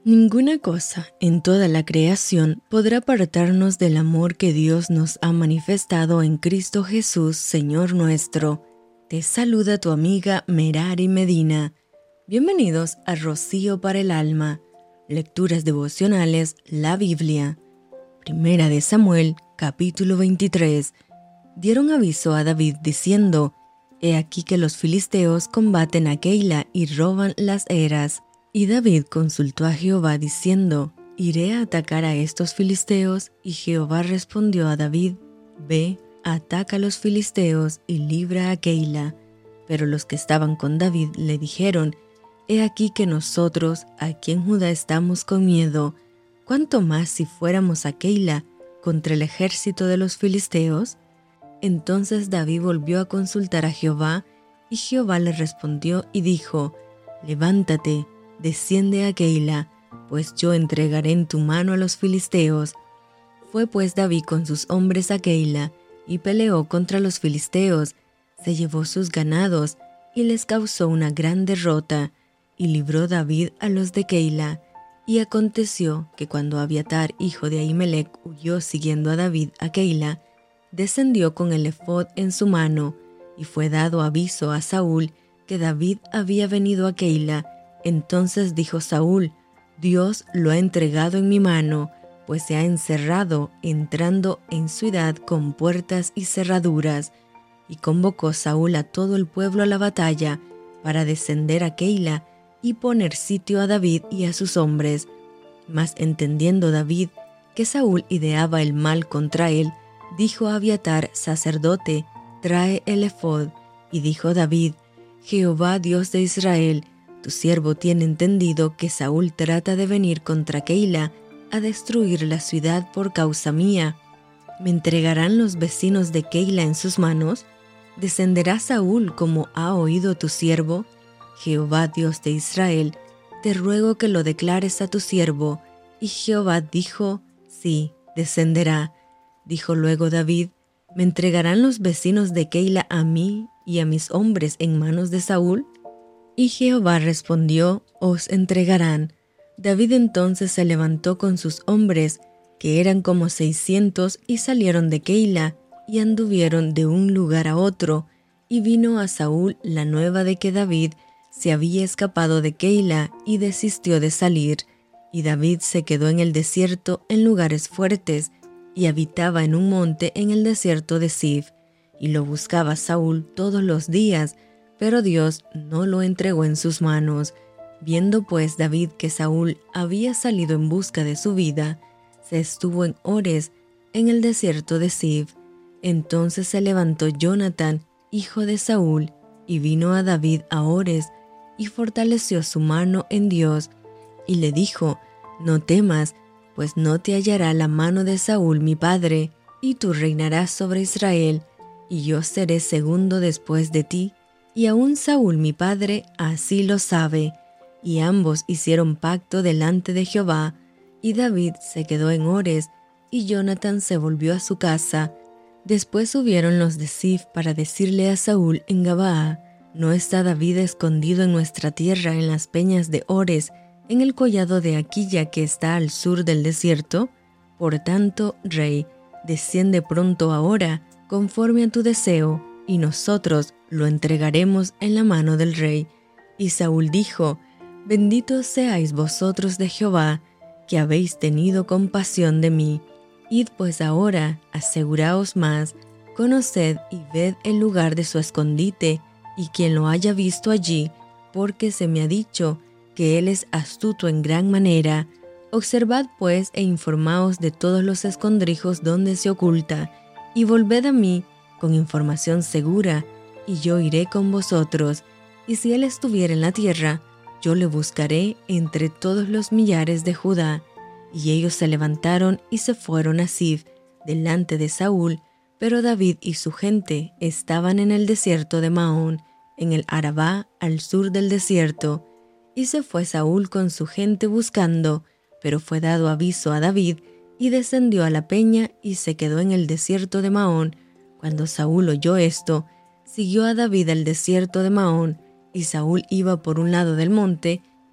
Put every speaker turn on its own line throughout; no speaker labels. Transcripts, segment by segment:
Ninguna cosa en toda la creación podrá apartarnos del amor que Dios nos ha manifestado en Cristo Jesús, Señor nuestro. Te saluda tu amiga Merari Medina. Bienvenidos a Rocío para el Alma. Lecturas devocionales, la Biblia. Primera de Samuel, capítulo 23. Dieron aviso a David diciendo: He aquí que los filisteos combaten a Keila y roban las eras. Y David consultó a Jehová diciendo: ¿Iré a atacar a estos filisteos? Y Jehová respondió a David: Ve, ataca a los filisteos y libra a Keila. Pero los que estaban con David le dijeron: He aquí que nosotros, aquí en Judá, estamos con miedo. ¿Cuánto más si fuéramos a Keila contra el ejército de los filisteos? Entonces David volvió a consultar a Jehová, y Jehová le respondió y dijo: Levántate, desciende a Keila, pues yo entregaré en tu mano a los filisteos. Fue pues David con sus hombres a Keila, y peleó contra los filisteos, se llevó sus ganados, y les causó una gran derrota, y libró David a los de Keila. Y aconteció que cuando Abiatar, hijo de Ahimelech, huyó siguiendo a David a Keila, descendió con el efod en su mano, y fue dado aviso a Saúl que David había venido a Keila. Entonces dijo Saúl: Dios lo ha entregado en mi mano, pues se ha encerrado, entrando en ciudad con puertas y cerraduras. Y convocó Saúl a todo el pueblo a la batalla, para descender a Keila y poner sitio a David y a sus hombres. Mas entendiendo David que Saúl ideaba el mal contra él, dijo a Abiatar, sacerdote: Trae el efod. Y dijo David: Jehová, Dios de Israel, tu siervo tiene entendido que Saúl trata de venir contra Keila a destruir la ciudad por causa mía. ¿Me entregarán los vecinos de Keila en sus manos? ¿Descenderá Saúl como ha oído tu siervo? Jehová, Dios de Israel, te ruego que lo declares a tu siervo. Y Jehová dijo: Sí, descenderá. Dijo luego David: ¿Me entregarán los vecinos de Keila a mí y a mis hombres en manos de Saúl? Y Jehová respondió: Os entregarán. David entonces se levantó con sus hombres, que eran como 600, y salieron de Keila, y anduvieron de un lugar a otro, y vino a Saúl la nueva de que David se había escapado de Keila, y desistió de salir. Y David se quedó en el desierto en lugares fuertes, y habitaba en un monte en el desierto de Zif, y lo buscaba Saúl todos los días, pero Dios no lo entregó en sus manos. Viendo pues David que Saúl había salido en busca de su vida, se estuvo en Ores, en el desierto de Zif. Entonces se levantó Jonatán, hijo de Saúl, y vino a David a Ores, y fortaleció su mano en Dios, y le dijo: No temas, pues no te hallará la mano de Saúl mi padre, y tú reinarás sobre Israel, y yo seré segundo después de ti. Y aún Saúl mi padre así lo sabe. Y ambos hicieron pacto delante de Jehová, y David se quedó en Ores, y Jonatán se volvió a su casa. Después subieron los de Zif para decirle a Saúl en Gabaa: ¿No está David escondido en nuestra tierra en las peñas de Ores, en el collado de Aquilla que está al sur del desierto? Por tanto, rey, desciende pronto ahora, conforme a tu deseo, y nosotros lo entregaremos en la mano del rey. Y Saúl dijo: Benditos seáis vosotros de Jehová, que habéis tenido compasión de mí. Id pues ahora, aseguraos más, conoced y ved el lugar de su escondite, y quien lo haya visto allí, porque se me ha dicho que él es astuto en gran manera. Observad pues e informaos de todos los escondrijos donde se oculta, y volved a mí con información segura, y yo iré con vosotros, y si él estuviera en la tierra, yo le buscaré entre todos los millares de Judá. Y ellos se levantaron y se fueron a Zif, delante de Saúl, pero David y su gente estaban en el desierto de Maón, en el Arabá, al sur del desierto. Y se fue Saúl con su gente buscando, pero fue dado aviso a David, y descendió a la peña y se quedó en el desierto de Maón. Cuando Saúl oyó esto, siguió a David al desierto de Maón, y Saúl iba por un lado del monte,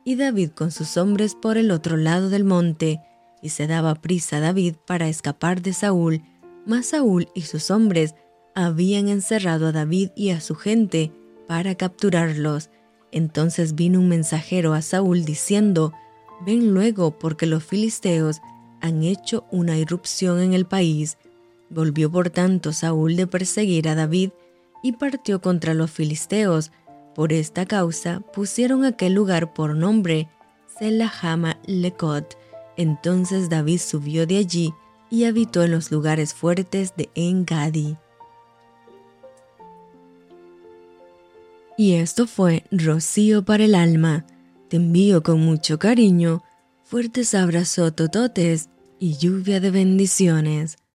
y David con sus hombres por el otro lado del monte, y se daba prisa David para escapar de Saúl, mas Saúl y sus hombres habían encerrado a David y a su gente para capturarlos. Entonces vino un mensajero a Saúl diciendo: «Ven luego, porque los filisteos han hecho una irrupción en el país». Volvió por tanto Saúl de perseguir a David y partió contra los filisteos. Por esta causa pusieron aquel lugar por nombre Selahama Lecot. Entonces David subió de allí y habitó en los lugares fuertes de En-Gadi. Y esto fue Rocío para el alma. Te envío con mucho cariño, fuertes abrazos tototes y lluvia de bendiciones.